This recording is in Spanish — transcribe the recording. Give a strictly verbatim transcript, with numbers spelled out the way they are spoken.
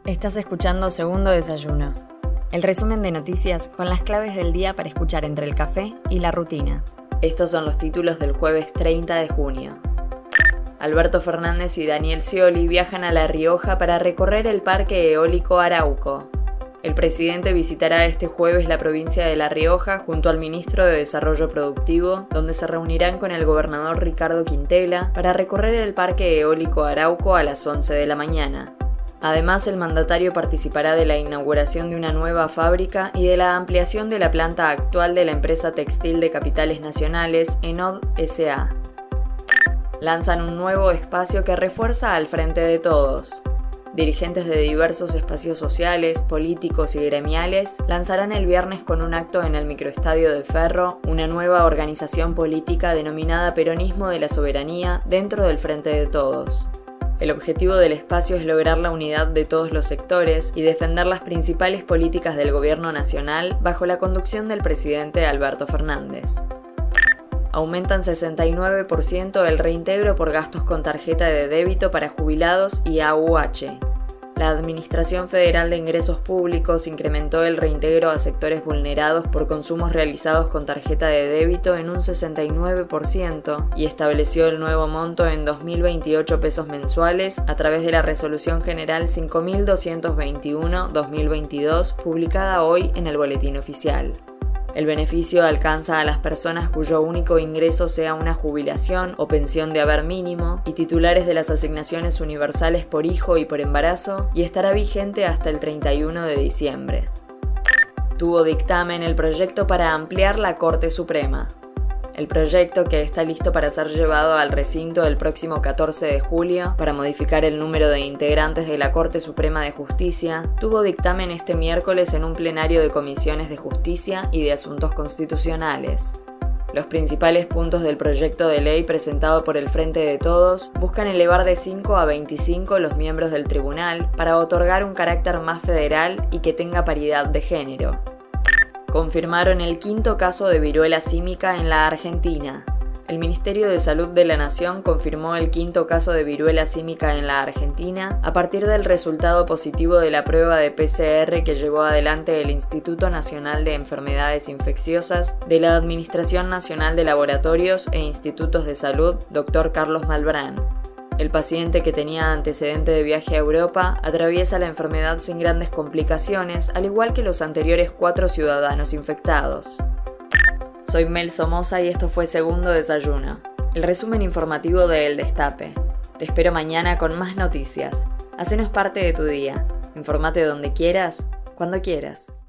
Estás escuchando Segundo Desayuno, el resumen de noticias con las claves del día para escuchar entre el café y la rutina. Estos son los títulos del jueves treinta de junio. Alberto Fernández y Daniel Scioli viajan a La Rioja para recorrer el Parque Eólico Arauco. El presidente visitará este jueves la provincia de La Rioja junto al ministro de Desarrollo Productivo, donde se reunirán con el gobernador Ricardo Quintela para recorrer el Parque Eólico Arauco a las once de la mañana. Además, el mandatario participará de la inauguración de una nueva fábrica y de la ampliación de la planta actual de la empresa textil de capitales nacionales, Enod S A Lanzan un nuevo espacio que refuerza al Frente de Todos. Dirigentes de diversos espacios sociales, políticos y gremiales lanzarán el viernes con un acto en el microestadio de Ferro una nueva organización política denominada Peronismo de la Soberanía dentro del Frente de Todos. El objetivo del espacio es lograr la unidad de todos los sectores y defender las principales políticas del gobierno nacional bajo la conducción del presidente Alberto Fernández. Aumentan sesenta y nueve por ciento el reintegro por gastos con tarjeta de débito para jubilados y A U H. La Administración Federal de Ingresos Públicos incrementó el reintegro a sectores vulnerados por consumos realizados con tarjeta de débito en un sesenta y nueve por ciento y estableció el nuevo monto en dos mil veintiocho pesos mensuales a través de la Resolución General cinco mil doscientos veintiuno barra dos mil veintidós publicada hoy en el Boletín Oficial. El beneficio alcanza a las personas cuyo único ingreso sea una jubilación o pensión de haber mínimo y titulares de las asignaciones universales por hijo y por embarazo y estará vigente hasta el treinta y uno de diciembre. Tuvo dictamen el proyecto para ampliar la Corte Suprema. El proyecto, que está listo para ser llevado al recinto el próximo catorce de julio para modificar el número de integrantes de la Corte Suprema de Justicia, tuvo dictamen este miércoles en un plenario de Comisiones de Justicia y de Asuntos Constitucionales. Los principales puntos del proyecto de ley presentado por el Frente de Todos buscan elevar de cinco a veinticinco los miembros del tribunal para otorgar un carácter más federal y que tenga paridad de género. Confirmaron el quinto caso de viruela símica en la Argentina. El Ministerio de Salud de la Nación confirmó el quinto caso de viruela símica en la Argentina a partir del resultado positivo de la prueba de P C R que llevó adelante el Instituto Nacional de Enfermedades Infecciosas de la Administración Nacional de Laboratorios e Institutos de Salud, doctor Carlos Malbrán. El paciente, que tenía antecedente de viaje a Europa, atraviesa la enfermedad sin grandes complicaciones, al igual que los anteriores cuatro ciudadanos infectados. Soy Mel Somoza y esto fue Segundo Desayuno, el resumen informativo de El Destape. Te espero mañana con más noticias. Hacenos parte de tu día. Informate donde quieras, cuando quieras.